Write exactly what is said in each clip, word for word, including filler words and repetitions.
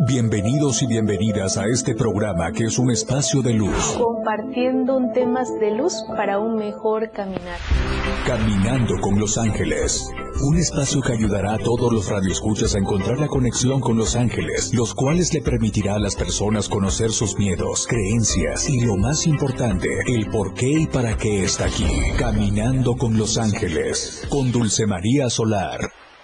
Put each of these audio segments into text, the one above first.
Bienvenidos y bienvenidas a este programa que es un espacio de luz. Compartiendo un temas de luz para un mejor caminar. Caminando con los ángeles. Un espacio que ayudará a todos los radioescuchas a encontrar la conexión con los ángeles, los cuales le permitirá a las personas conocer sus miedos, creencias y lo más importante, el por qué y para qué está aquí. Caminando con los ángeles. Con Dulce María Solar.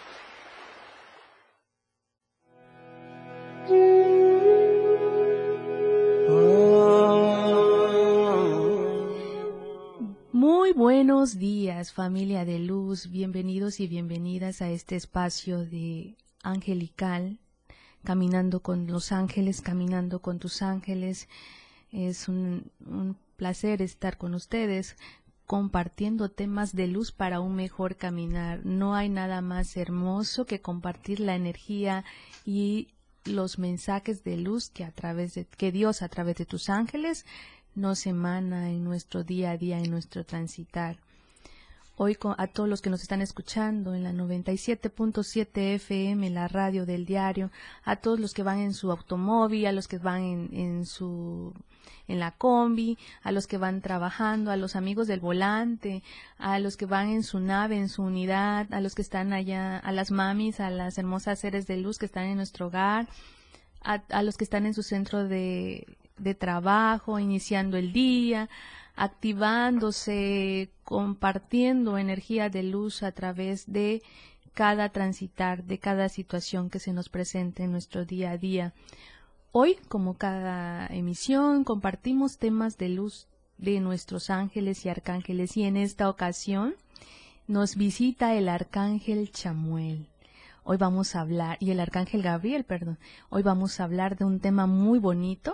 Buenos días, familia de luz, bienvenidos y bienvenidas a este espacio de angelical, caminando con los ángeles, caminando con tus ángeles. Es un, un placer estar con ustedes, compartiendo temas de luz para un mejor caminar. No hay nada más hermoso que compartir la energía y los mensajes de luz que a través de, que Dios a través de tus ángeles nos emana en nuestro día a día, en nuestro transitar. Hoy a todos los que nos están escuchando en la noventa y siete punto siete F M, la radio del diario, a todos los que van en su automóvil, a los que van en, en su en la combi, a los que van trabajando, a los amigos del volante, a los que van en su nave, en su unidad, a los que están allá, a las mamis, a las hermosas seres de luz que están en nuestro hogar, a, a los que están en su centro de de trabajo, iniciando el día, activándose, compartiendo energía de luz a través de cada transitar, de cada situación que se nos presente en nuestro día a día. Hoy, como cada emisión, compartimos temas de luz de nuestros ángeles y arcángeles, y en esta ocasión nos visita el arcángel Chamuel. Hoy vamos a hablar, y el arcángel Gabriel, perdón, hoy vamos a hablar de un tema muy bonito,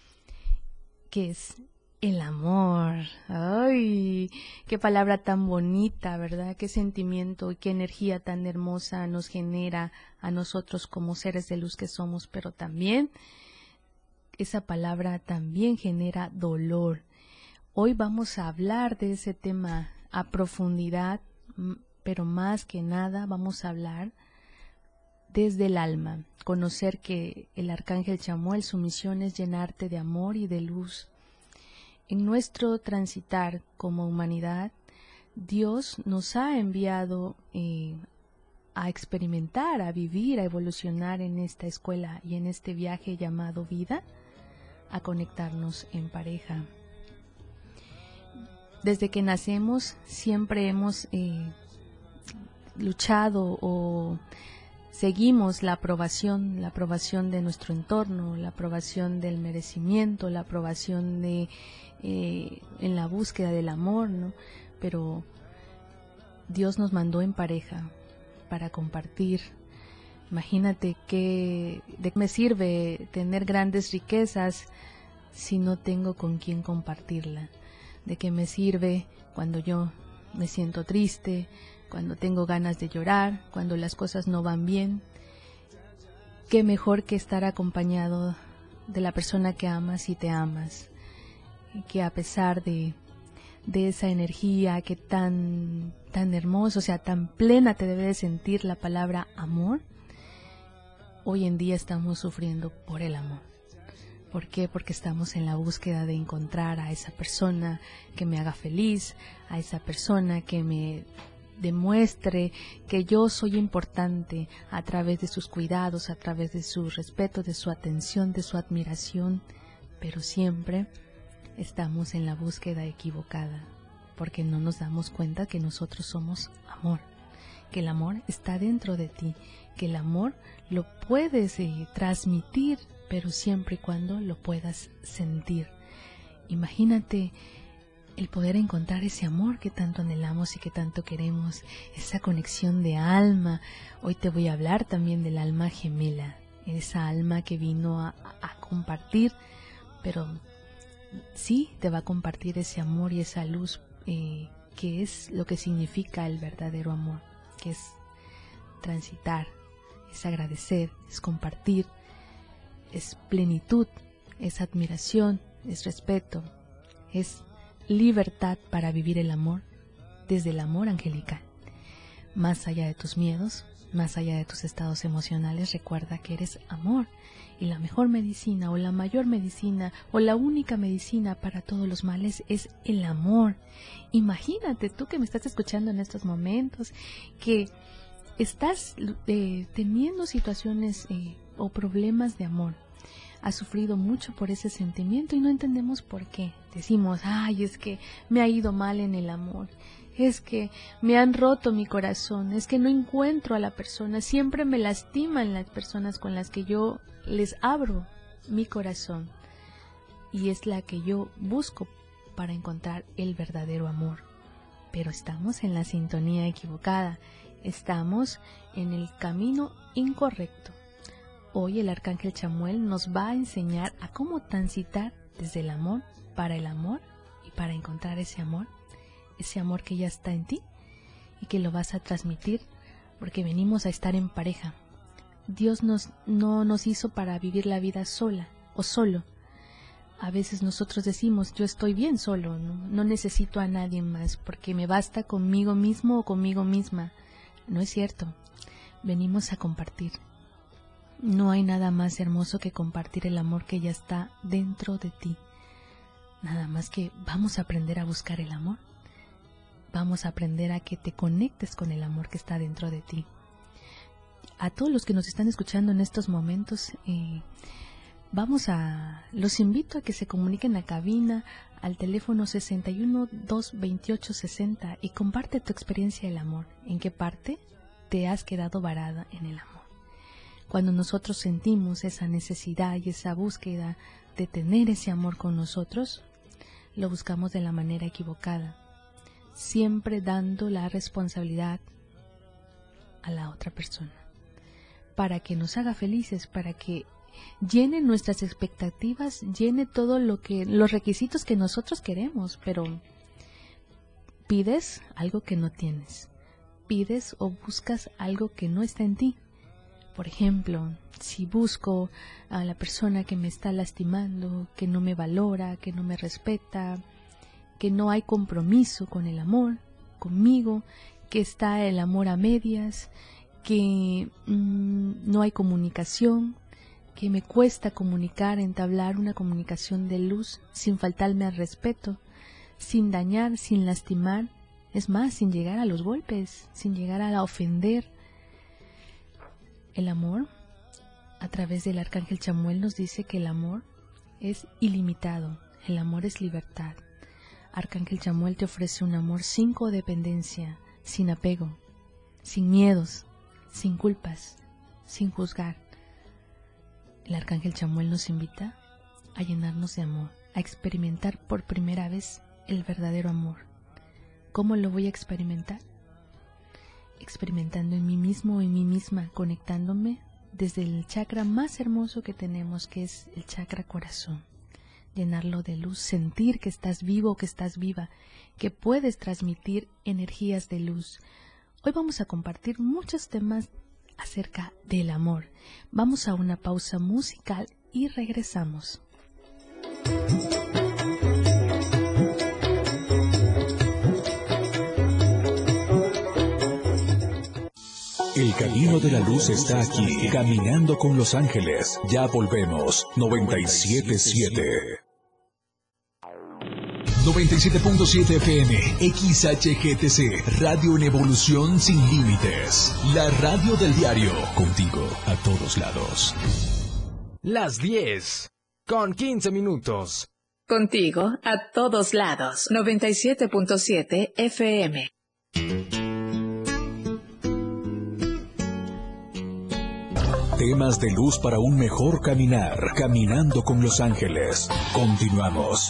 que es el amor. ¡Ay! Qué palabra tan bonita, ¿verdad? Qué sentimiento y qué energía tan hermosa nos genera a nosotros como seres de luz que somos, pero también esa palabra también genera dolor. Hoy vamos a hablar de ese tema a profundidad, pero más que nada vamos a hablar desde el alma, conocer que el arcángel Chamuel, su misión es llenarte de amor y de luz. En nuestro transitar como humanidad, Dios nos ha enviado eh, a experimentar, a vivir, a evolucionar en esta escuela y en este viaje llamado vida, a conectarnos en pareja. Desde que nacemos siempre hemos eh, luchado o seguimos la aprobación, la aprobación de nuestro entorno, la aprobación del merecimiento, la aprobación de eh, en la búsqueda del amor, ¿no? Pero Dios nos mandó en pareja para compartir. Imagínate que de qué me sirve tener grandes riquezas si no tengo con quién compartirla. De qué me sirve cuando yo me siento triste, cuando tengo ganas de llorar, cuando las cosas no van bien. Qué mejor que estar acompañado de la persona que amas y te amas, y que a pesar de, de esa energía que tan, tan hermosa, o sea, tan plena te debe de sentir la palabra amor, hoy en día estamos sufriendo por el amor. ¿Por qué? Porque estamos en la búsqueda de encontrar a esa persona que me haga feliz, a esa persona que me demuestre que yo soy importante a través de sus cuidados, a través de su respeto, de su atención, de su admiración, pero siempre estamos en la búsqueda equivocada, porque no nos damos cuenta que nosotros somos amor, que el amor está dentro de ti, que el amor lo puedes eh, transmitir, pero siempre y cuando lo puedas sentir. Imagínate el poder encontrar ese amor que tanto anhelamos y que tanto queremos, esa conexión de alma. Hoy te voy a hablar también del alma gemela, esa alma que vino a, a compartir, pero sí te va a compartir ese amor y esa luz eh, que es lo que significa el verdadero amor, que es transitar, es agradecer, es compartir, es plenitud, es admiración, es respeto, es libertad para vivir el amor desde el amor angelical. Más allá de tus miedos, Más allá de tus estados emocionales, recuerda que eres amor. Y la mejor medicina o la mayor medicina o la única medicina para todos los males es el amor. Imagínate tú que me estás escuchando en estos momentos, que estás eh, teniendo situaciones eh, o problemas de amor. Has sufrido mucho por ese sentimiento y no entendemos por qué. Decimos, ay, es que me ha ido mal en el amor. Es que me han roto mi corazón, es que no encuentro a la persona, siempre me lastiman las personas con las que yo les abro mi corazón y es la que yo busco para encontrar el verdadero amor. Pero estamos en la sintonía equivocada, estamos en el camino incorrecto. Hoy el Arcángel Chamuel nos va a enseñar a cómo transitar desde el amor para el amor y para encontrar ese amor. Ese amor que ya está en ti y que lo vas a transmitir porque venimos a estar en pareja. Dios nos, no nos hizo para vivir la vida sola o solo. A veces nosotros decimos, yo estoy bien solo, no, no necesito a nadie más porque me basta conmigo mismo o conmigo misma. No es cierto, venimos a compartir. No hay nada más hermoso que compartir el amor que ya está dentro de ti. Nada más que vamos a aprender a buscar el amor. Vamos a aprender a que te conectes con el amor que está dentro de ti. A todos los que nos están escuchando en estos momentos, eh, vamos a, los invito a que se comuniquen a cabina al teléfono sesenta y uno, dos veintiocho, sesenta y comparte tu experiencia del amor. ¿En qué parte te has quedado varada en el amor? Cuando nosotros sentimos esa necesidad y esa búsqueda de tener ese amor con nosotros, lo buscamos de la manera equivocada. Siempre dando la responsabilidad a la otra persona, para que nos haga felices, para que llene nuestras expectativas, llene todo lo que, los requisitos que nosotros queremos, pero pides algo que no tienes, pides o buscas algo que no está en ti. Por ejemplo, si busco a la persona que me está lastimando, que no me valora, que no me respeta, que no hay compromiso con el amor, conmigo, que está el amor a medias, que mmm, no hay comunicación, que me cuesta comunicar, entablar una comunicación de luz sin faltarme al respeto, sin dañar, sin lastimar, es más, sin llegar a los golpes, sin llegar a ofender. El amor, a través del Arcángel Chamuel, nos dice que el amor es ilimitado, el amor es libertad. Arcángel Chamuel te ofrece un amor sin codependencia, sin apego, sin miedos, sin culpas, sin juzgar. El Arcángel Chamuel nos invita a llenarnos de amor, a experimentar por primera vez el verdadero amor. ¿Cómo lo voy a experimentar? Experimentando en mí mismo o en mí misma, conectándome desde el chakra más hermoso que tenemos, que es el chakra corazón. Llenarlo de luz, sentir que estás vivo, que estás viva, que puedes transmitir energías de luz. Hoy vamos a compartir muchos temas acerca del amor. Vamos a una pausa musical y regresamos. El camino de la luz está aquí, caminando con los ángeles. Ya volvemos. noventa y siete punto siete. noventa y siete punto siete F M, X H G T C, Radio en Evolución Sin Límites. La radio del diario, contigo a todos lados. Las diez, con quince minutos. Contigo a todos lados. noventa y siete punto siete F M. Temas de luz para un mejor caminar. Caminando con los ángeles. Continuamos.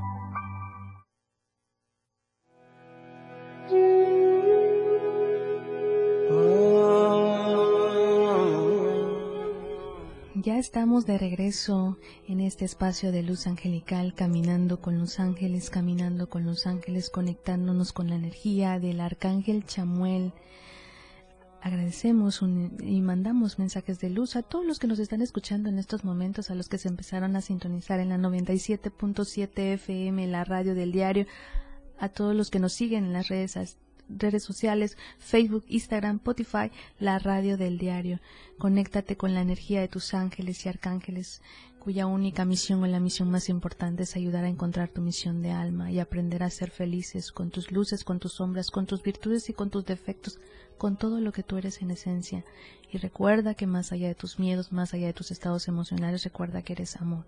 Ya estamos de regreso en este espacio de luz angelical, caminando con los ángeles, caminando con los ángeles, conectándonos con la energía del Arcángel Chamuel. Agradecemos un, y mandamos mensajes de luz a todos los que nos están escuchando en estos momentos, a los que se empezaron a sintonizar en la noventa y siete punto siete F M, la radio del diario, a todos los que nos siguen en las redes redes sociales, Facebook, Instagram, Spotify, la radio del diario. Conéctate con la energía de tus ángeles y arcángeles, cuya única misión o la misión más importante es ayudar a encontrar tu misión de alma y aprender a ser felices con tus luces, con tus sombras, con tus virtudes y con tus defectos, con todo lo que tú eres en esencia. Y recuerda que más allá de tus miedos, más allá de tus estados emocionales, recuerda que eres amor.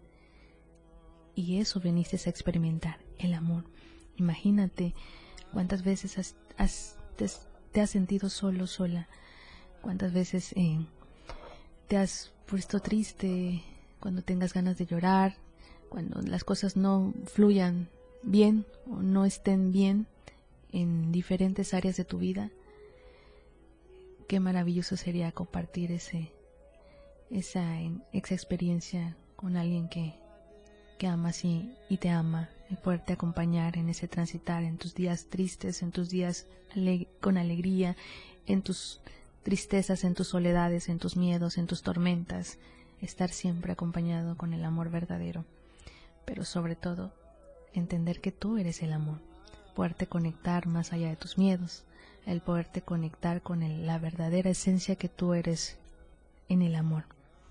Y eso viniste a experimentar, el amor. Imagínate cuántas veces has, has, te, te has sentido solo, sola. Cuántas veces eh, te has puesto triste, cuando tengas ganas de llorar, cuando las cosas no fluyan bien o no estén bien en diferentes áreas de tu vida. Qué maravilloso sería compartir ese, esa, esa experiencia con alguien que, que amas y, y te ama, y poderte acompañar en ese transitar, en tus días tristes, en tus días ale- con alegría, en tus tristezas, en tus soledades, en tus miedos, en tus tormentas, estar siempre acompañado con el amor verdadero, pero sobre todo, entender que tú eres el amor, poderte conectar más allá de tus miedos, el poderte conectar con el, la verdadera esencia que tú eres en el amor.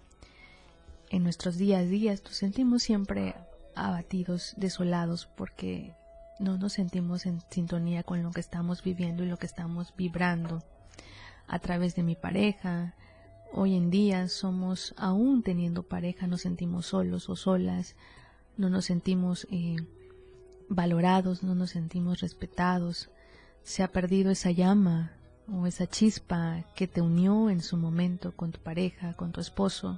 En nuestros días a días nos sentimos siempre abatidos, desolados, porque no nos sentimos en sintonía con lo que estamos viviendo y lo que estamos vibrando a través de mi pareja. Hoy en día somos, aún teniendo pareja, nos sentimos solos o solas, no nos sentimos eh, valorados, no nos sentimos respetados. Se ha perdido esa llama o esa chispa que te unió en su momento con tu pareja, con tu esposo,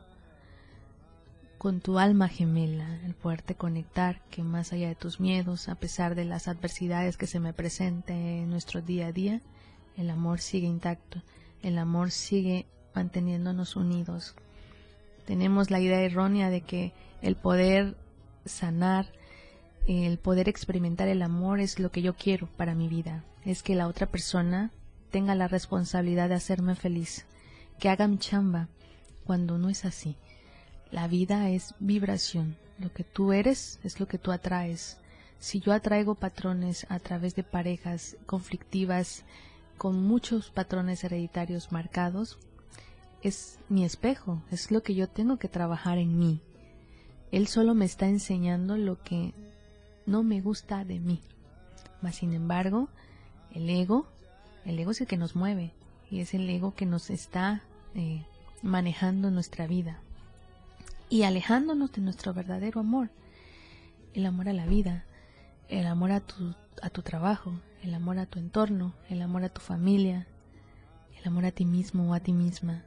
con tu alma gemela, el poderte conectar, que más allá de tus miedos, a pesar de las adversidades que se me presenten en nuestro día a día, el amor sigue intacto, el amor sigue manteniéndonos unidos. Tenemos la idea errónea de que el poder sanar, el poder experimentar el amor es lo que yo quiero para mi vida, es que la otra persona tenga la responsabilidad de hacerme feliz, que haga mi chamba, cuando no es así. La vida es vibración, lo que tú eres es lo que tú atraes. Si yo atraigo patrones a través de parejas conflictivas, con muchos patrones hereditarios marcados, es mi espejo, es lo que yo tengo que trabajar en mí. Él solo me está enseñando lo que no me gusta de mí. Mas sin embargo, el ego, el ego es el que nos mueve y es el ego que nos está eh, manejando nuestra vida y alejándonos de nuestro verdadero amor, el amor a la vida, el amor a tu, a tu trabajo, el amor a tu entorno, el amor a tu familia, el amor a ti mismo o a ti misma.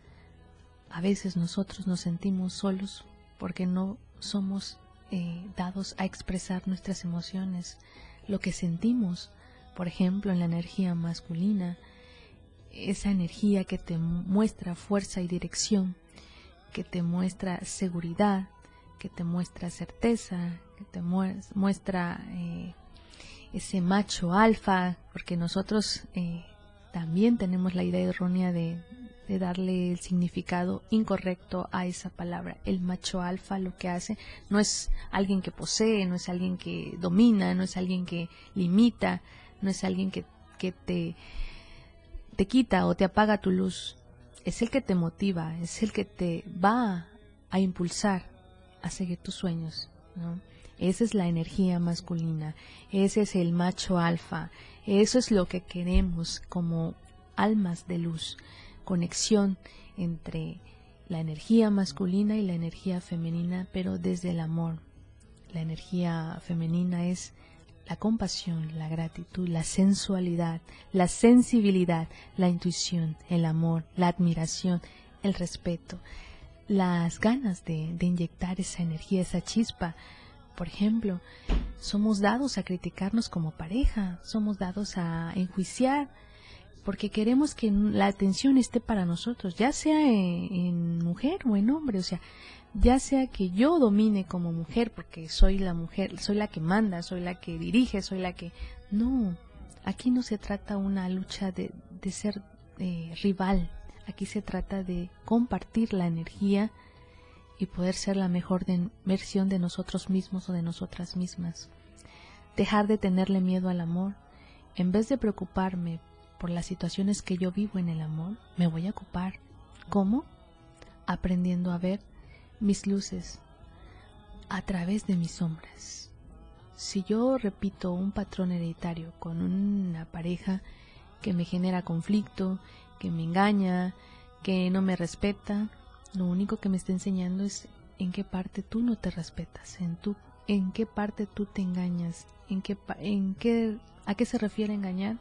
A veces nosotros nos sentimos solos porque no somos eh, dados a expresar nuestras emociones, lo que sentimos, por ejemplo, en la energía masculina, esa energía que te muestra fuerza y dirección, que te muestra seguridad, que te muestra certeza, que te muestra eh, ese macho alfa, porque nosotros eh, también tenemos la idea errónea de, de darle el significado incorrecto a esa palabra. El macho alfa lo que hace no es alguien que posee, no es alguien que domina, no es alguien que limita, no es alguien que, que te, te quita o te apaga tu luz. Es el que te motiva, es el que te va a impulsar a seguir tus sueños, ¿no? Esa es la energía masculina, ese es el macho alfa, eso es lo que queremos como almas de luz, conexión entre la energía masculina y la energía femenina, pero desde el amor. La energía femenina es la compasión, la gratitud, la sensualidad, la sensibilidad, la intuición, el amor, la admiración, el respeto, las ganas de, de inyectar esa energía, esa chispa. Por ejemplo, somos dados a criticarnos como pareja, somos dados a enjuiciar, porque queremos que la atención esté para nosotros, ya sea en, en mujer o en hombre, o sea, ya sea que yo domine como mujer, porque soy la mujer, soy la que manda, soy la que dirige, soy la que... No, aquí no se trata una lucha de, de ser eh, rival, aquí se trata de compartir la energía y poder ser la mejor de, versión de nosotros mismos o de nosotras mismas. Dejar de tenerle miedo al amor en vez de preocuparme por las situaciones que yo vivo en el amor, me voy a ocupar. ¿Cómo? Aprendiendo a ver mis luces a través de mis sombras. Si yo repito un patrón hereditario con una pareja que me genera conflicto, que me engaña, que no me respeta, lo único que me está enseñando es en qué parte tú no te respetas, en tu, en qué parte tú te engañas, en qué, en qué, ¿a qué se refiere engañar?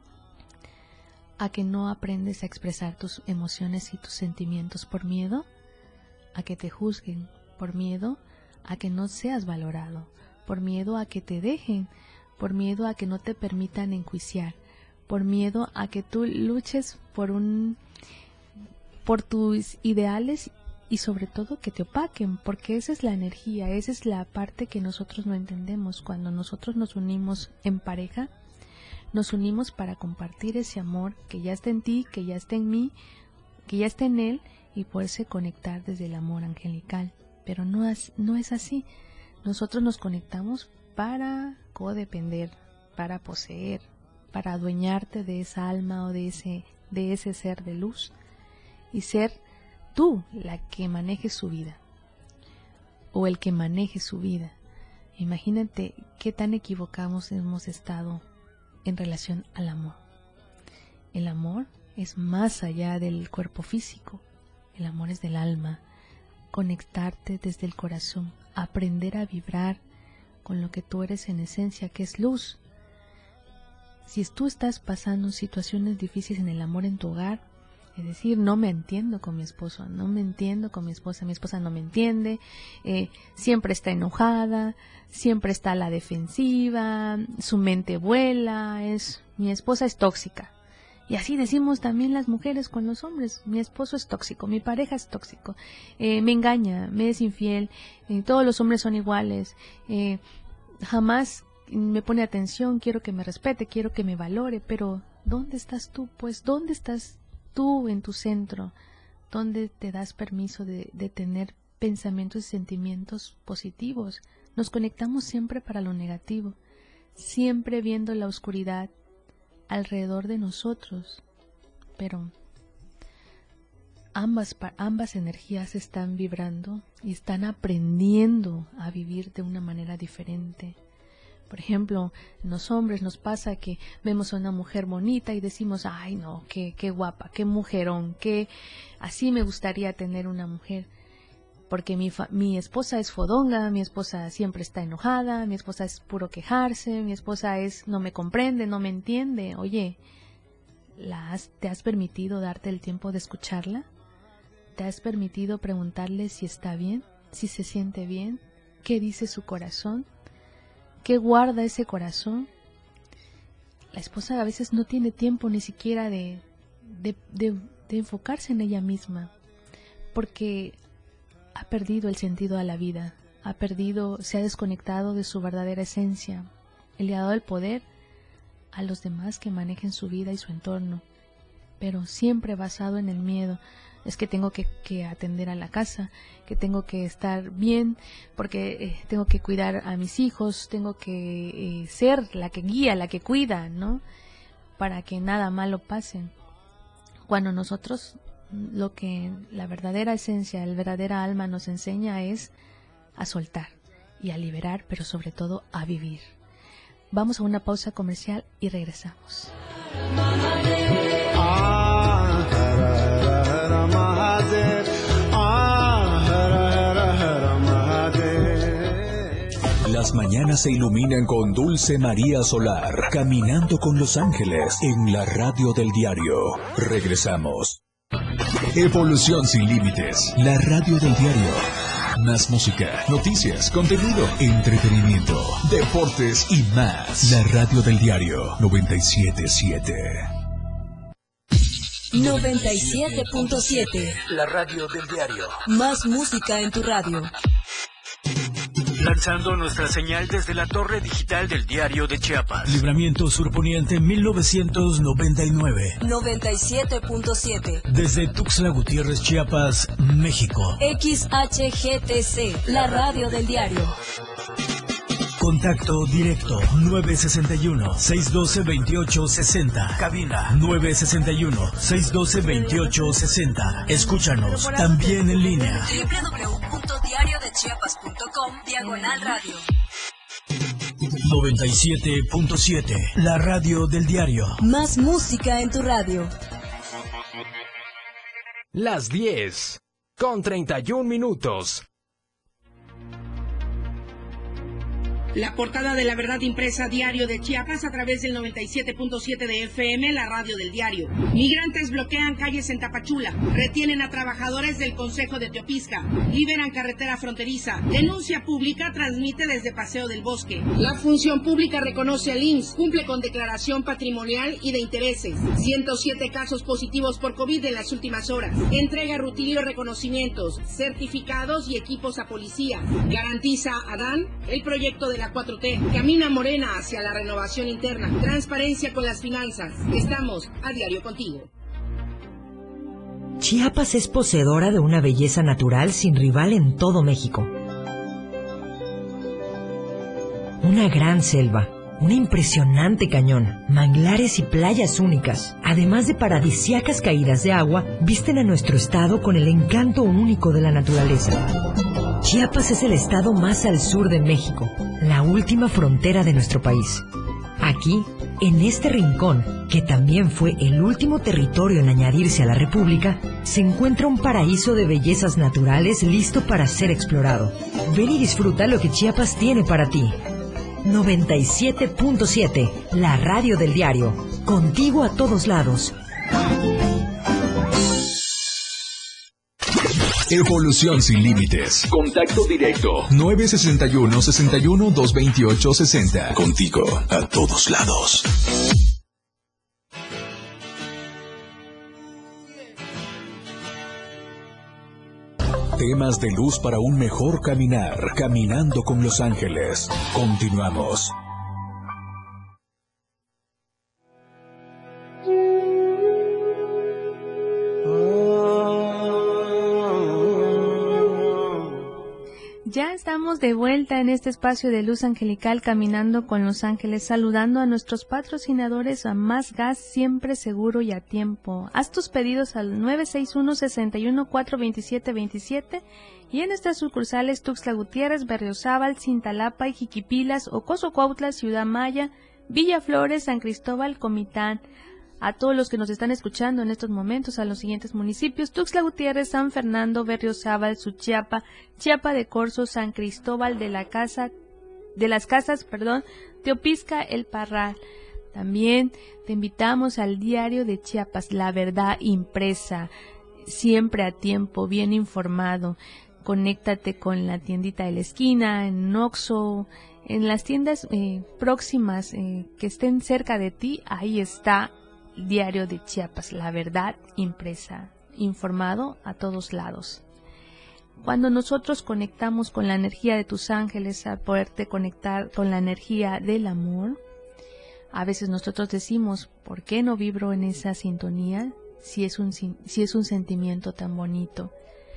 A que no aprendes a expresar tus emociones y tus sentimientos por miedo a que te juzguen, por miedo a que no seas valorado, por miedo a que te dejen, por miedo a que no te permitan enjuiciar, por miedo a que tú luches por un, por tus ideales y sobre todo que te opaquen, porque esa es la energía, esa es la parte que nosotros no entendemos. Cuando nosotros nos unimos en pareja, nos unimos para compartir ese amor que ya está en ti, que ya está en mí, que ya está en él y poderse conectar desde el amor angelical. Pero no es, no es así. Nosotros nos conectamos para codepender, para poseer, para adueñarte de esa alma o de ese, de ese ser de luz y ser tú la que maneje su vida o el que maneje su vida. Imagínate qué tan equivocados hemos estado en relación al amor. El amor es más allá del cuerpo físico, el amor es del alma, conectarte desde el corazón, aprender a vibrar con lo que tú eres en esencia, que es luz. Si tú estás pasando situaciones difíciles en el amor en tu hogar, es decir, no me entiendo con mi esposo, no me entiendo con mi esposa, mi esposa no me entiende, eh, siempre está enojada, siempre está a la defensiva, su mente vuela, es, mi esposa es tóxica. Y así decimos también las mujeres con los hombres, mi esposo es tóxico, mi pareja es tóxico, eh, me engaña, me es infiel, eh, todos los hombres son iguales, eh, jamás me pone atención, quiero que me respete, quiero que me valore, pero ¿dónde estás tú? Pues, ¿dónde estás tú en tu centro? ¿Dónde te das permiso de, de tener pensamientos y sentimientos positivos? Nos conectamos siempre para lo negativo, siempre viendo la oscuridad alrededor de nosotros, pero ambas, ambas energías están vibrando y están aprendiendo a vivir de una manera diferente. Por ejemplo, en los hombres nos pasa que vemos a una mujer bonita y decimos, ay no, qué, qué guapa, qué mujerón, qué así me gustaría tener una mujer, porque mi, fa mi esposa es fodonga, mi esposa siempre está enojada, mi esposa es puro quejarse, mi esposa es no me comprende, no me entiende. Oye, ¿la has, ¿te has permitido darte el tiempo de escucharla? ¿Te has permitido preguntarle si está bien, si se siente bien, qué dice su corazón? ¿Qué guarda ese corazón? La esposa a veces no tiene tiempo ni siquiera de, de, de, de enfocarse en ella misma, porque ha perdido el sentido a la vida, ha perdido, se ha desconectado de su verdadera esencia. Él le ha dado el poder a los demás que manejen su vida y su entorno, pero siempre basado en el miedo. Es que tengo que, que atender a la casa, que tengo que estar bien, porque eh, tengo que cuidar a mis hijos, tengo que eh, ser la que guía, la que cuida, ¿no? Para que nada malo pase. Cuando nosotros, lo que la verdadera esencia, el verdadera alma nos enseña es a soltar y a liberar, pero sobre todo a vivir. Vamos a una pausa comercial y regresamos. Las mañanas se iluminan con Dulce María Solar, caminando con los ángeles en la radio del diario. Regresamos. Evolución sin límites, la radio del diario. Más música, noticias, contenido, entretenimiento, deportes y más. La radio del diario noventa y siete punto siete. noventa y siete punto siete. La radio del diario. Más música en tu radio. Lanzando nuestra señal desde la torre digital del Diario de Chiapas. Libramiento Surponiente mil novecientos noventa y nueve. noventa y siete punto siete. Desde Tuxtla Gutiérrez, Chiapas, México. X H G T C, la radio del diario. Contacto directo nueve sesenta y uno, seiscientos doce, veintiocho sesenta. Cabina nueve sesenta y uno, seiscientos doce, veintiocho sesenta. Escúchanos también en línea. doble u doble u doble u punto diario de chiapas punto com diagonal radio. noventa y siete punto siete, la radio del diario. Más música en tu radio. Las diez con treinta y un minutos. La portada de La Verdad Impresa, Diario de Chiapas, a través del noventa y siete punto siete de F M, la radio del diario. Migrantes bloquean calles en Tapachula, retienen a trabajadores del Consejo de Teopisca, liberan carretera fronteriza, denuncia pública transmite desde Paseo del Bosque. La Función Pública reconoce al I M S S, cumple con declaración patrimonial y de intereses. ciento siete casos positivos por COVID en las últimas horas. Entrega rutilio reconocimientos, certificados y equipos a policía. Garantiza Adán el proyecto de la cuatro T. Camina Morena hacia la renovación interna. Transparencia con las finanzas. Estamos a diario contigo. Chiapas es poseedora de una belleza natural sin rival en todo México. Una gran selva, un impresionante cañón, manglares y playas únicas, además de paradisíacas caídas de agua, visten a nuestro estado con el encanto único de la naturaleza. Chiapas es el estado más al sur de México, la última frontera de nuestro país. Aquí, en este rincón, que también fue el último territorio en añadirse a la República, se encuentra un paraíso de bellezas naturales listo para ser explorado. Ven y disfruta lo que Chiapas tiene para ti. noventa y siete punto siete, la radio del diario, contigo a todos lados. Evolución sin límites. Contacto directo nueve sesenta y uno, sesenta y uno, doscientos veintiocho, sesenta. Contigo a todos lados. Temas de luz para un mejor caminar. Caminando con Los Ángeles. Continuamos. Ya estamos de vuelta en este espacio de Luz Angelical, caminando con Los Ángeles, saludando a nuestros patrocinadores, a Más Gas, siempre seguro y a tiempo. Haz tus pedidos al nueve seis uno, seis uno cuatro, dos siete dos siete y en nuestras sucursales Tuxtla Gutiérrez, Berriozábal, Cintalapa, Jiquipilas, Ocoso Cuautla, Ciudad Maya, Villa Flores, San Cristóbal, Comitán. A todos los que nos están escuchando en estos momentos, a los siguientes municipios: Tuxtla Gutiérrez, San Fernando, Berriozábal, Suchiapa, Chiapa de Corzo, San Cristóbal de la Casa, de las Casas, perdón, Teopisca, El Parral. También te invitamos al diario de Chiapas, La Verdad Impresa, siempre a tiempo, bien informado. Conéctate con la tiendita de la esquina, en Oxxo, en las tiendas eh, próximas eh, que estén cerca de ti. Ahí está Diario de Chiapas, La Verdad Impresa, informado a todos lados. Cuando nosotros conectamos con la energía de tus ángeles, a poderte conectar con la energía del amor, a veces nosotros decimos, ¿por qué no vibro en esa sintonía si es un, si es un sentimiento tan bonito?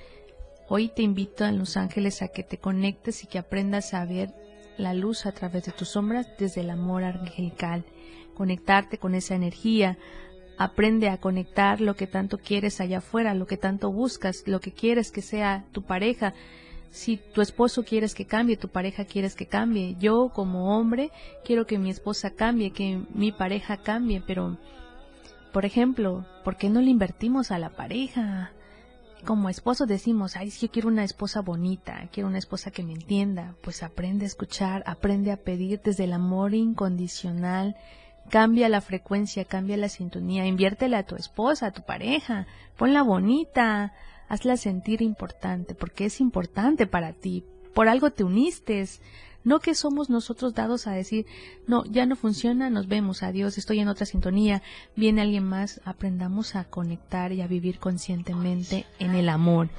Hoy te invito a Los Ángeles a que te conectes y que aprendas a ver la luz a través de tus sombras desde el amor angelical. Conectarte con esa energía, aprende a conectar lo que tanto quieres allá afuera, lo que tanto buscas, lo que quieres que sea tu pareja. Si tu esposo quieres que cambie, tu pareja quieres que cambie. Yo como hombre quiero que mi esposa cambie, que mi pareja cambie, pero, por ejemplo, ¿por qué no le invertimos a la pareja? Como esposos decimos, ay, yo quiero una esposa bonita, quiero una esposa que me entienda. Pues aprende a escuchar, aprende a pedir desde el amor incondicional. Cambia la frecuencia, cambia la sintonía, inviértela a tu esposa, a tu pareja, ponla bonita, hazla sentir importante, porque es importante para ti, por algo te uniste, no que somos nosotros dados a decir, no, ya no funciona, nos vemos, adiós, estoy en otra sintonía, viene alguien más. Aprendamos a conectar y a vivir conscientemente en el amor.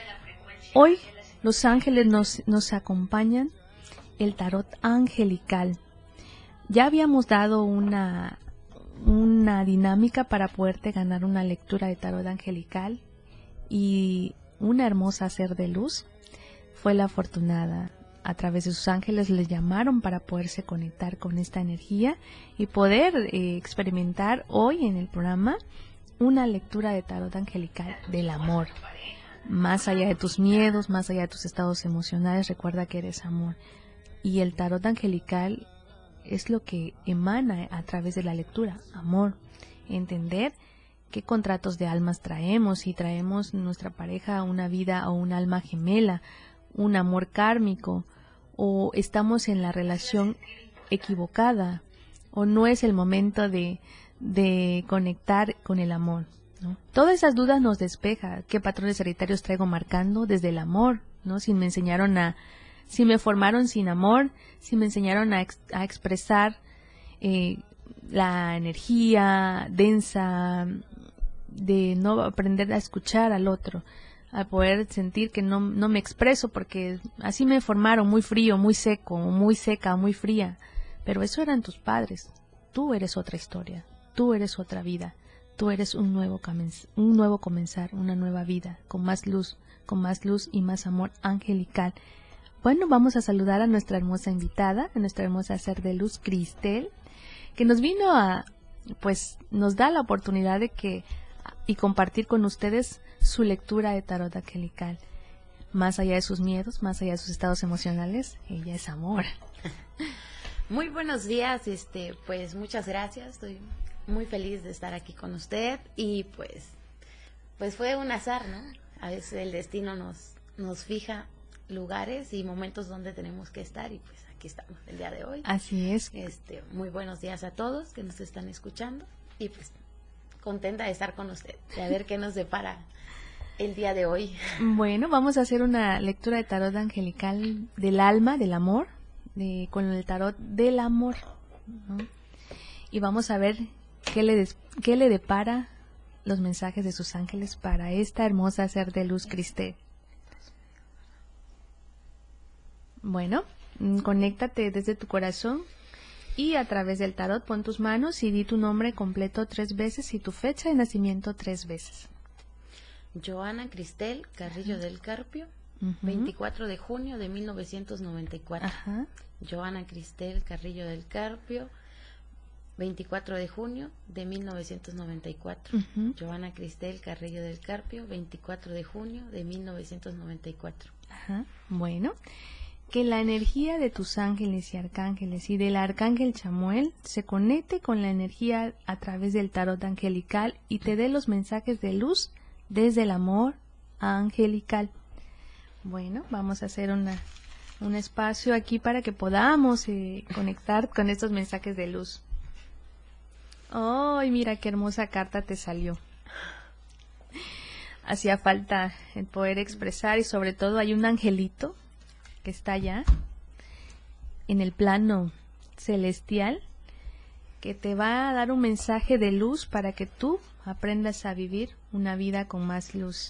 Hoy los ángeles nos, nos acompañan, el tarot angelical. Ya habíamos dado una, una dinámica para poderte ganar una lectura de tarot angelical y una hermosa ser de luz fue la afortunada. a través de sus ángeles les llamaron para poderse conectar con esta energía y poder eh, experimentar hoy en el programa una lectura de tarot angelical del amor. Más allá de tus miedos, más allá de tus estados emocionales, recuerda que eres amor. Y el tarot angelical es lo que emana a través de la lectura, amor. Entender qué contratos de almas traemos, si traemos nuestra pareja una vida o un alma gemela, un amor kármico, o estamos en la relación equivocada, o no es el momento de, de conectar con el amor, ¿no? Todas esas dudas nos despeja. ¿Qué patrones hereditarios traigo marcando desde el amor? ¿No? Si me enseñaron a, si me formaron sin amor, si me enseñaron a, ex, a expresar eh, la energía densa, de no aprender a escuchar al otro, a poder sentir que no, no me expreso porque así me formaron, muy frío, muy seco, muy seca, muy fría. Pero eso eran tus padres. Tú eres otra historia, tú eres otra vida, tú eres un nuevo, un nuevo comenzar, una nueva vida, con más luz, con más luz y más amor angelical. Bueno, vamos a saludar a nuestra hermosa invitada, a nuestra hermosa ser de luz, Cristel, que nos vino a, pues, nos da la oportunidad de que y compartir con ustedes su lectura de tarot angelical. Más allá de sus miedos, más allá de sus estados emocionales, ella es amor. Muy buenos días, este, pues muchas gracias, estoy muy feliz de estar aquí con usted y pues, pues fue un azar, ¿no? A veces el destino nos, nos fija lugares y momentos donde tenemos que estar y pues aquí estamos el día de hoy. Así es. Este, muy buenos días a todos que nos están escuchando y pues contenta de estar con usted, de ver qué nos depara el día de hoy. Bueno, vamos a hacer una lectura de tarot angelical del alma, del amor, de, con el tarot del amor, ¿no? Y vamos a ver qué le, des, qué le depara los mensajes de sus ángeles para esta hermosa ser de luz, Cristel. Bueno, conéctate desde tu corazón y a través del tarot pon tus manos y di tu nombre completo tres veces y tu fecha de nacimiento tres veces. Joana Cristel Carrillo uh-huh. del Carpio, uh-huh. veinticuatro de junio de mil novecientos noventa y cuatro. Uh-huh. Joana Cristel Carrillo del Carpio, veinticuatro de junio de mil novecientos noventa y cuatro. Uh-huh. Joana Cristel Carrillo del Carpio, veinticuatro de junio de mil novecientos noventa y cuatro. Uh-huh. Bueno, que la energía de tus ángeles y arcángeles y del arcángel Chamuel se conecte con la energía a través del tarot angelical y te dé los mensajes de luz desde el amor angelical. Bueno, vamos a hacer una, un espacio aquí para que podamos eh, conectar con estos mensajes de luz. ¡Ay, mira qué hermosa carta te salió! Hacía falta el poder expresar y sobre todo hay un angelito que está allá en el plano celestial que te va a dar un mensaje de luz para que tú aprendas a vivir una vida con más luz.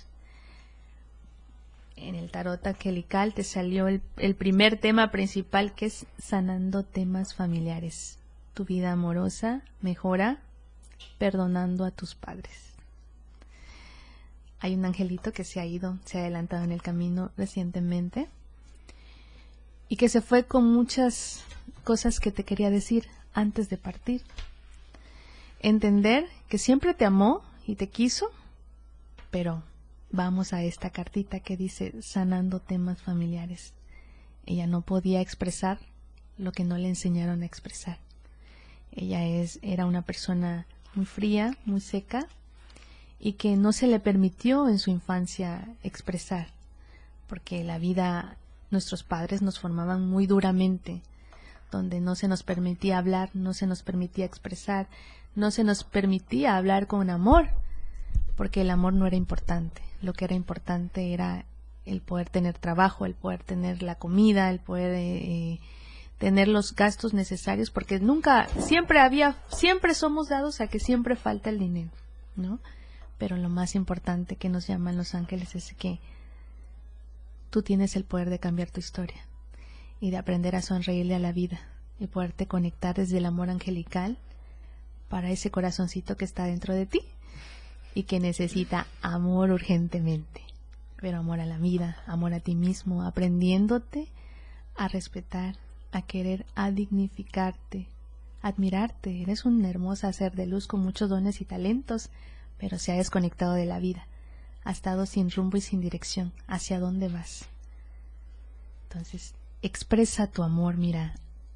En el tarot angelical te salió el, el primer tema principal, que es sanando temas familiares. Tu vida amorosa mejora perdonando a tus padres. Hay un angelito que se ha ido, se ha adelantado en el camino recientemente y que se fue con muchas cosas que te quería decir antes de partir. Entender que siempre te amó y te quiso, pero vamos a esta cartita que dice sanando temas familiares. Ella no podía expresar lo que no le enseñaron a expresar. Ella es, era una persona muy fría, muy seca, y que no se le permitió en su infancia expresar, porque la vida, nuestros padres nos formaban muy duramente, donde no se nos permitía hablar, no se nos permitía expresar, no se nos permitía hablar con amor, porque el amor no era importante. Lo que era importante era el poder tener trabajo, el poder tener la comida, el poder eh, tener los gastos necesarios, porque nunca, siempre había, siempre somos dados a que siempre falta el dinero, ¿no? Pero lo más importante que nos llaman los ángeles es que tú tienes el poder de cambiar tu historia y de aprender a sonreírle a la vida y poderte conectar desde el amor angelical para ese corazoncito que está dentro de ti y que necesita amor urgentemente, pero amor a la vida, amor a ti mismo, aprendiéndote a respetar, a querer, a dignificarte, a admirarte. Eres un hermoso ser de luz con muchos dones y talentos, pero se ha desconectado de la vida. Ha estado sin rumbo y sin dirección. ¿Hacia dónde vas? Entonces, expresa tu amor, mira.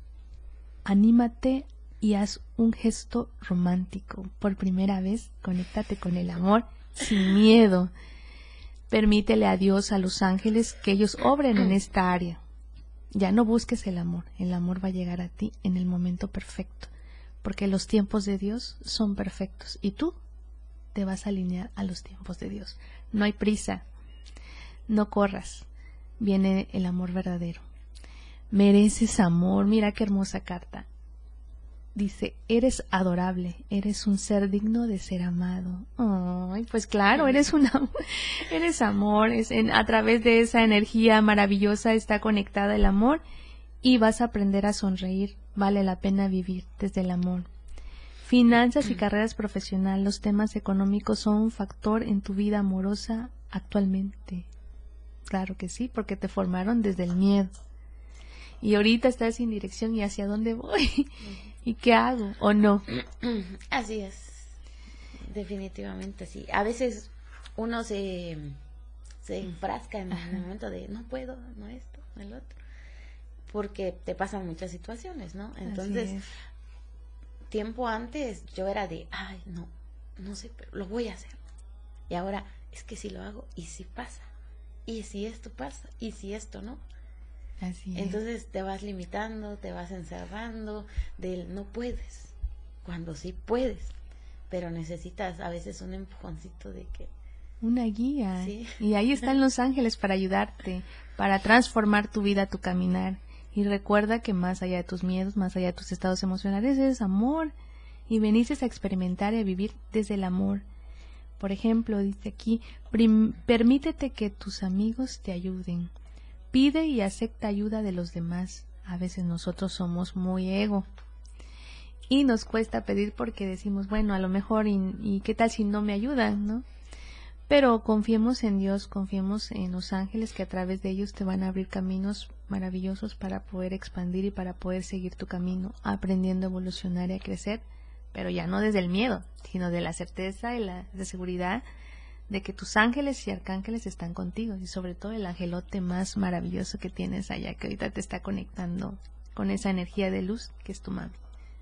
Anímate y haz un gesto romántico. Por primera vez, conéctate con el amor sin miedo. Permítele a Dios, a los ángeles, que ellos obren en esta área. Ya no busques el amor. El amor va a llegar a ti en el momento perfecto, porque los tiempos de Dios son perfectos y tú te vas a alinear a los tiempos de Dios. No hay prisa. No corras. Viene el amor verdadero. Mereces amor. Mira qué hermosa carta. Dice, eres adorable, eres un ser digno de ser amado. Ay, pues claro, eres un am- eres amor. Es en, a través de esa energía maravillosa está conectada el amor y vas a aprender a sonreír. Vale la pena vivir desde el amor. Finanzas y carreras profesionales, los temas económicos son un factor en tu vida amorosa actualmente. Claro que sí, porque te formaron desde el miedo. Y ahorita estás sin dirección y hacia dónde voy. ¿Y qué hago? ¿O no? Así es. Definitivamente sí. A veces uno se, se enfrasca en Ajá. el momento de no puedo, no esto, no el otro. Porque te pasan muchas situaciones, ¿no? Entonces, tiempo antes yo era de, ay, no, no sé, pero lo voy a hacer. Y ahora es que si lo hago, y si pasa, y si esto pasa, y si esto no. Así es. Entonces te vas limitando, te vas encerrando del no puedes, cuando sí puedes, pero necesitas a veces un empujoncito de que... Una guía. ¿Sí? Y ahí están los ángeles para ayudarte, para transformar tu vida, tu caminar. Y recuerda que más allá de tus miedos, más allá de tus estados emocionales, es amor. Y veniste a experimentar y a vivir desde el amor. Por ejemplo, dice aquí, permítete que tus amigos te ayuden. Pide y acepta ayuda de los demás. A veces nosotros somos muy ego y nos cuesta pedir porque decimos, bueno, a lo mejor y, y qué tal si no me ayudan, ¿no? Pero confiemos en Dios, confiemos en los ángeles que a través de ellos te van a abrir caminos maravillosos para poder expandir y para poder seguir tu camino, aprendiendo a evolucionar y a crecer, pero ya no desde el miedo, sino de la certeza y la de seguridad de que tus ángeles y arcángeles están contigo, y sobre todo el angelote más maravilloso que tienes allá, que ahorita te está conectando con esa energía de luz que es tu mami.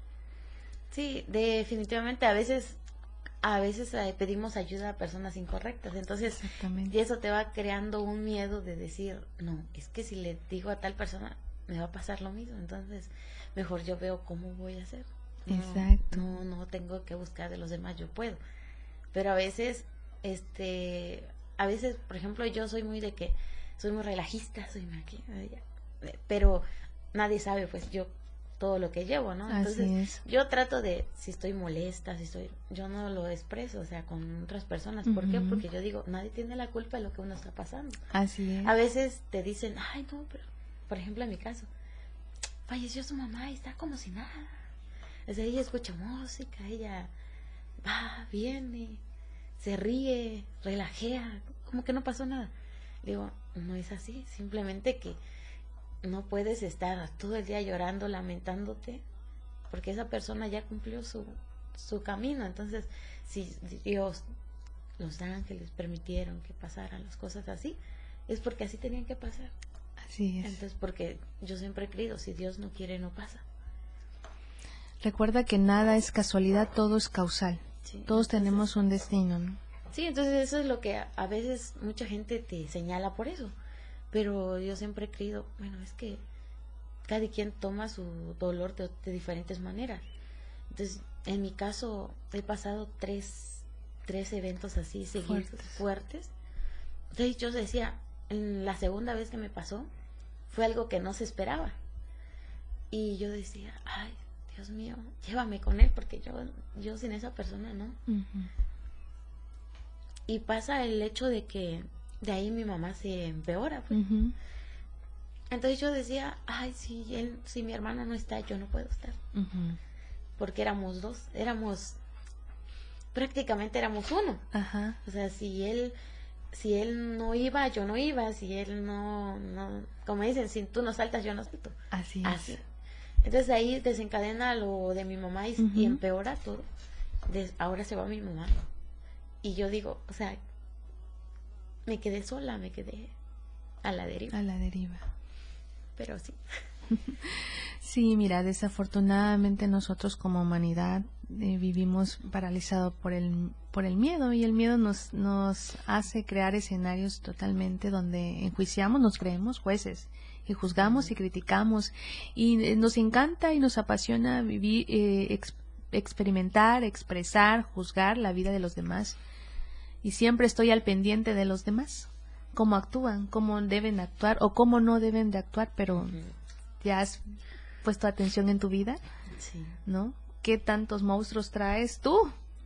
Sí, definitivamente a veces a veces eh, pedimos ayuda a personas incorrectas, entonces y eso te va creando un miedo de decir, no, es que si le digo a tal persona me va a pasar lo mismo, entonces mejor yo veo cómo voy a hacer. No, Exacto. No, no tengo que buscar de los demás, yo puedo. Pero a veces este a veces por ejemplo yo soy muy de que soy muy relajista, soy muy aquí, pero nadie sabe pues yo todo lo que llevo, ¿no? Entonces yo trato de, si estoy molesta, si estoy, yo no lo expreso, o sea, con otras personas. ¿Por uh-huh. qué? Porque yo digo, nadie tiene la culpa de lo que uno está pasando. Así es. A veces te dicen, ay no, pero por ejemplo en mi caso falleció su mamá y está como si nada, o sea, ella escucha música, ella va, viene, se ríe, relajea, como que no pasó nada. Digo, no es así, simplemente que no puedes estar todo el día llorando, lamentándote, porque esa persona ya cumplió su, su camino. Entonces, si Dios, los ángeles permitieron que pasaran las cosas así, es porque así tenían que pasar. Así es. Entonces, porque yo siempre he creído, si Dios no quiere, no pasa. Recuerda que nada es casualidad, todo es causal. Sí, Todos entonces, tenemos un destino, ¿no? Sí, entonces eso es lo que a, a veces mucha gente te señala por eso. Pero yo siempre he creído, bueno, es que cada quien toma su dolor de, de diferentes maneras. Entonces, en mi caso, he pasado tres, tres eventos así seguidos, fuertes. fuertes. Entonces, yo decía, en la segunda vez que me pasó, fue algo que no se esperaba. Y yo decía, ay, Dios mío, llévame con él, porque yo, yo sin esa persona, ¿no? Uh-huh. Y pasa el hecho de que de ahí mi mamá se empeora, pues. Uh-huh. Entonces yo decía, ay, si él, si mi hermano no está, yo no puedo estar. Uh-huh. Porque éramos dos, éramos, prácticamente éramos uno. Uh-huh. O sea, si él si él no iba, yo no iba, si él no, no como dicen, si tú no saltas, yo no salto. Así es. Así. Entonces ahí desencadena lo de mi mamá y, uh-huh. y empeora todo. De, ahora se va mi mamá. Y yo digo, o sea, me quedé sola, me quedé a la deriva. A la deriva. Pero sí. Sí, mira, desafortunadamente nosotros como humanidad eh, vivimos paralizados por el por el miedo, y el miedo nos nos hace crear escenarios totalmente donde enjuiciamos, nos creemos jueces y juzgamos uh-huh. y criticamos, y eh, nos encanta y nos apasiona vivir, eh, ex, experimentar, expresar, juzgar la vida de los demás, y siempre estoy al pendiente de los demás, cómo actúan, cómo deben actuar o cómo no deben de actuar, pero uh-huh. ¿te has puesto atención en tu vida? Sí. ¿No? ¿Qué tantos monstruos traes tú?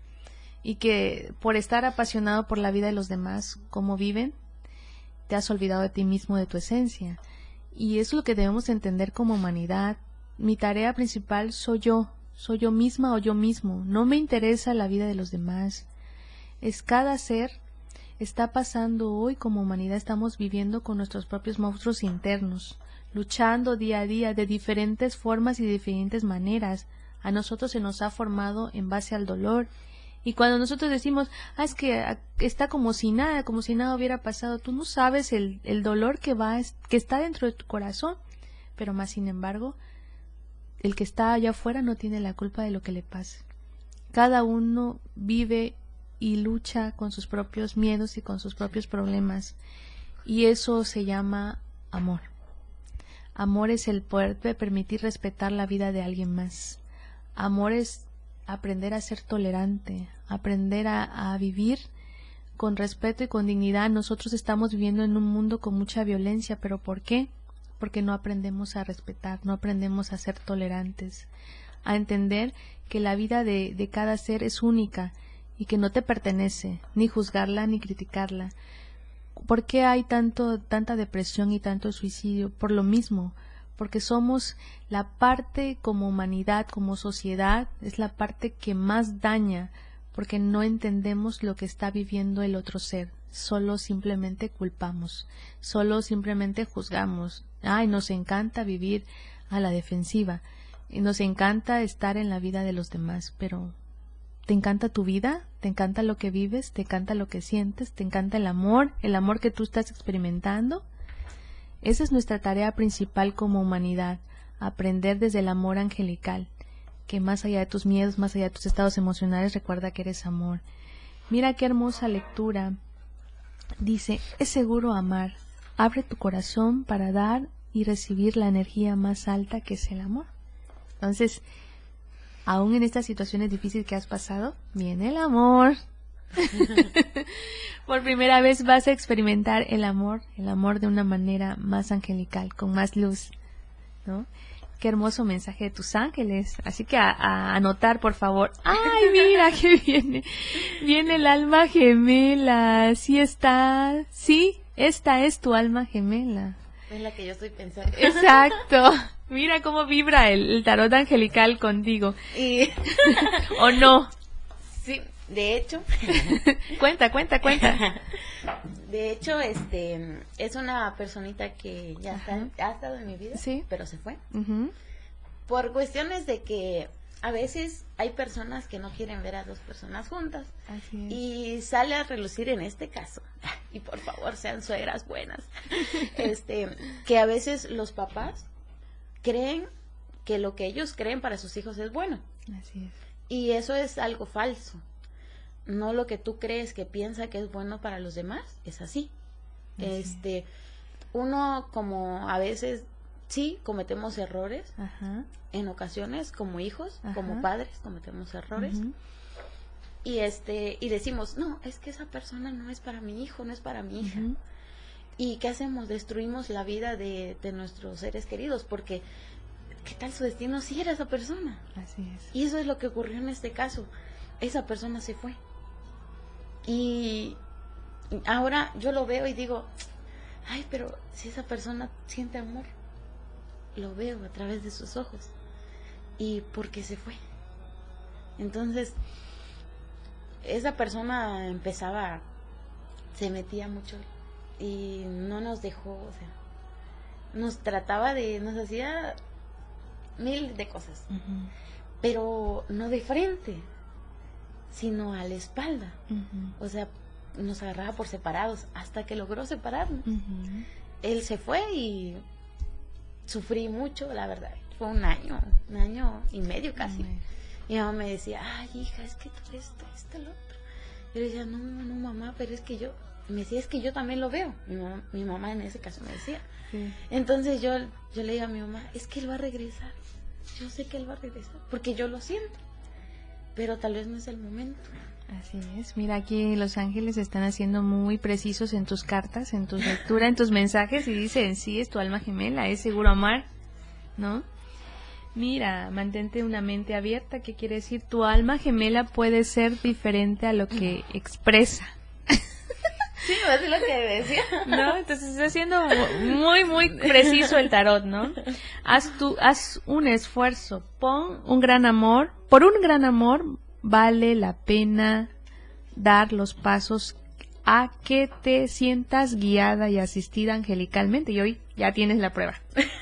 Y que por estar apasionado por la vida de los demás, cómo viven, te has olvidado de ti mismo, de tu esencia. Y eso es lo que debemos entender como humanidad. Mi tarea principal soy yo, soy yo misma o yo mismo. No me interesa la vida de los demás. Es cada ser está pasando hoy como humanidad, estamos viviendo con nuestros propios monstruos internos, luchando día a día de diferentes formas y de diferentes maneras. A nosotros se nos ha formado en base al dolor, y cuando nosotros decimos, ah, es que está como si nada, como si nada hubiera pasado, tú no sabes el, el dolor que va, que está dentro de tu corazón, pero más sin embargo, el que está allá afuera no tiene la culpa de lo que le pase. Cada uno vive y lucha con sus propios miedos y con sus propios problemas, y eso se llama amor. Amor es el poder permitir respetar la vida de alguien más. Amor es aprender a ser tolerante, aprender a, a vivir con respeto y con dignidad. Nosotros estamos viviendo en un mundo con mucha violencia, ¿pero por qué? Porque no aprendemos a respetar, no aprendemos a ser tolerantes, a entender que la vida de, de cada ser es única y que no te pertenece, ni juzgarla ni criticarla. ¿Por qué hay tanto, tanta depresión y tanto suicidio? Por lo mismo, porque somos la parte como humanidad, como sociedad, es la parte que más daña, porque no entendemos lo que está viviendo el otro ser, solo simplemente culpamos, solo simplemente juzgamos. Ay, nos encanta vivir a la defensiva, y nos encanta estar en la vida de los demás, pero ¿te encanta tu vida? ¿Te encanta lo que vives? ¿Te encanta lo que sientes? ¿Te encanta el amor? ¿El amor que tú estás experimentando? Esa es nuestra tarea principal como humanidad, aprender desde el amor angelical, que más allá de tus miedos, más allá de tus estados emocionales, recuerda que eres amor. Mira qué hermosa lectura. Dice, es seguro amar, abre tu corazón para dar y recibir la energía más alta que es el amor. Entonces, aún en estas situaciones difíciles que has pasado, viene el amor. Por primera vez vas a experimentar el amor, el amor de una manera más angelical, con más luz, ¿no? Qué hermoso mensaje de tus ángeles. Así que a, a anotar, por favor. ¡Ay, mira que viene! Viene el alma gemela. Sí está. Sí, esta es tu alma gemela. Es la que yo estoy pensando. Exacto. Mira cómo vibra el, el tarot angelical contigo. Y... ¿O no? Sí, de hecho. Cuenta, cuenta, cuenta. De hecho, este, es una personita que ya está, ha estado en mi vida, sí, pero se fue. Uh-huh. Por cuestiones de que a veces hay personas que no quieren ver a dos personas juntas. Así es. Y sale a relucir en este caso. Y por favor, sean suegras buenas. Este, que a veces los papás creen que lo que ellos creen para sus hijos es bueno. Así es. Y eso es algo falso. No lo que tú crees que piensa que es bueno para los demás, es así. así. Este, uno como a veces sí cometemos errores. Ajá. En ocasiones como hijos, Ajá. como padres cometemos errores. Uh-huh. Y este, y decimos, "No, es que esa persona no es para mi hijo, no es para mi hija." Uh-huh. ¿Y qué hacemos? Destruimos la vida de, de nuestros seres queridos, porque ¿qué tal su destino si era esa persona? Así es. Y eso es lo que ocurrió en este caso. Esa persona se fue. Y ahora yo lo veo y digo, ay, pero si esa persona siente amor, lo veo a través de sus ojos. ¿Y por qué se fue? Entonces, esa persona empezaba se metía mucho y no nos dejó, o sea, nos trataba de, nos hacía mil de cosas, uh-huh. pero no de frente, sino a la espalda, uh-huh. o sea, nos agarraba por separados hasta que logró separarnos. Uh-huh. Él se fue y sufrí mucho, la verdad, fue un año, un año y medio casi. Uh-huh. Mi mamá me decía, ay hija, es que tú esto, esto, lo otro. Yo le decía, no, no mamá, pero es que yo, me decía, es que yo también lo veo. Mi mamá, mi mamá en ese caso me decía. Sí. Entonces yo, yo le digo a mi mamá, es que él va a regresar. Yo sé que él va a regresar, porque yo lo siento. Pero tal vez no es el momento. Así es. Mira, aquí los ángeles están haciendo muy precisos en tus cartas, en tu lectura, en tus mensajes, y dicen, sí, es tu alma gemela, es seguro amar, ¿no? Mira, mantente una mente abierta. ¿Qué quiere decir? Tu alma gemela puede ser diferente a lo que expresa. Sí, es lo que decía. No, entonces está siendo muy, muy preciso el tarot, ¿no? Haz tu, haz un esfuerzo, pon un gran amor. Por un gran amor vale la pena dar los pasos a que te sientas guiada y asistida angelicalmente. Y hoy ya tienes la prueba.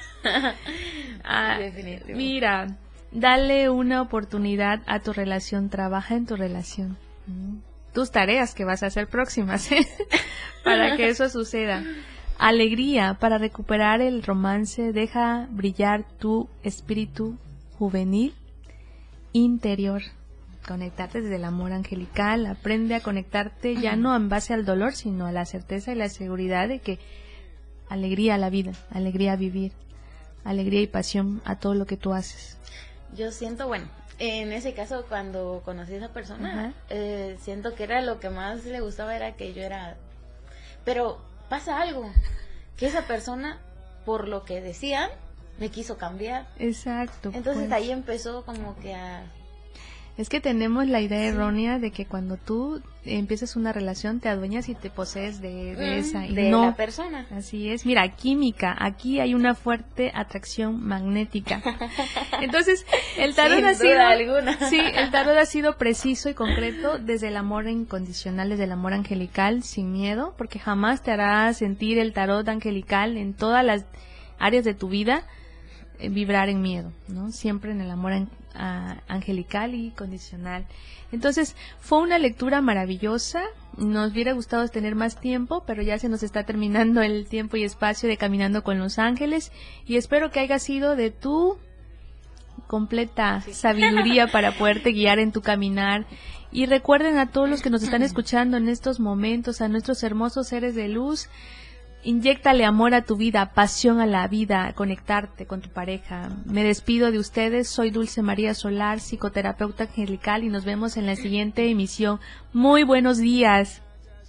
Ah, mira, dale una oportunidad a tu relación, trabaja en tu relación. Tus tareas que vas a hacer próximas, ¿eh? Para que eso suceda. Alegría, para recuperar el romance, deja brillar tu espíritu juvenil interior. Conectarte desde el amor angelical, aprende a conectarte ya no en base al dolor, sino a la certeza y la seguridad de que alegría a la vida, alegría a vivir, alegría y pasión a todo lo que tú haces. Yo siento, bueno, en ese caso cuando conocí a esa persona, eh, siento que era lo que más le gustaba era que yo era, pero pasa algo, que esa persona, por lo que decían, me quiso cambiar. Exacto. Entonces pues. ahí empezó como que a... Es que tenemos la idea errónea de que cuando tú empiezas una relación te adueñas y te posees de, de esa y de no, la persona. Así es. Mira, química, aquí hay una fuerte atracción magnética. Entonces, el tarot Sin ha sido duda alguna. Sí, el tarot ha sido preciso y concreto desde el amor incondicional, desde el amor angelical, sin miedo, porque jamás te hará sentir el tarot angelical en todas las áreas de tu vida eh, vibrar en miedo, ¿no? Siempre en el amor angelical. A, angelical y condicional. Entonces fue una lectura maravillosa. Nos hubiera gustado tener más tiempo, pero ya se nos está terminando el tiempo y espacio de Caminando con los Ángeles, y espero que haya sido de tu completa sí. sabiduría para poderte guiar en tu caminar. Y recuerden a todos los que nos están escuchando en estos momentos, a nuestros hermosos seres de luz, inyéctale amor a tu vida, pasión a la vida, conectarte con tu pareja. Me despido de ustedes, soy Dulce María Solar, psicoterapeuta angelical, y nos vemos en la siguiente emisión. Muy buenos días.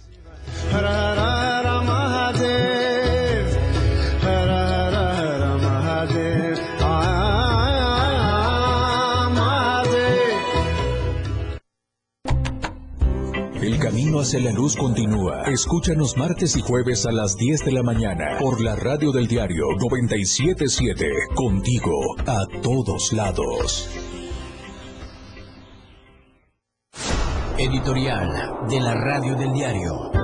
El camino hacia la luz continúa. Escúchanos martes y jueves a las diez de la mañana por la radio del diario noventa y siete punto siete. Contigo a todos lados. Editorial de la radio del diario.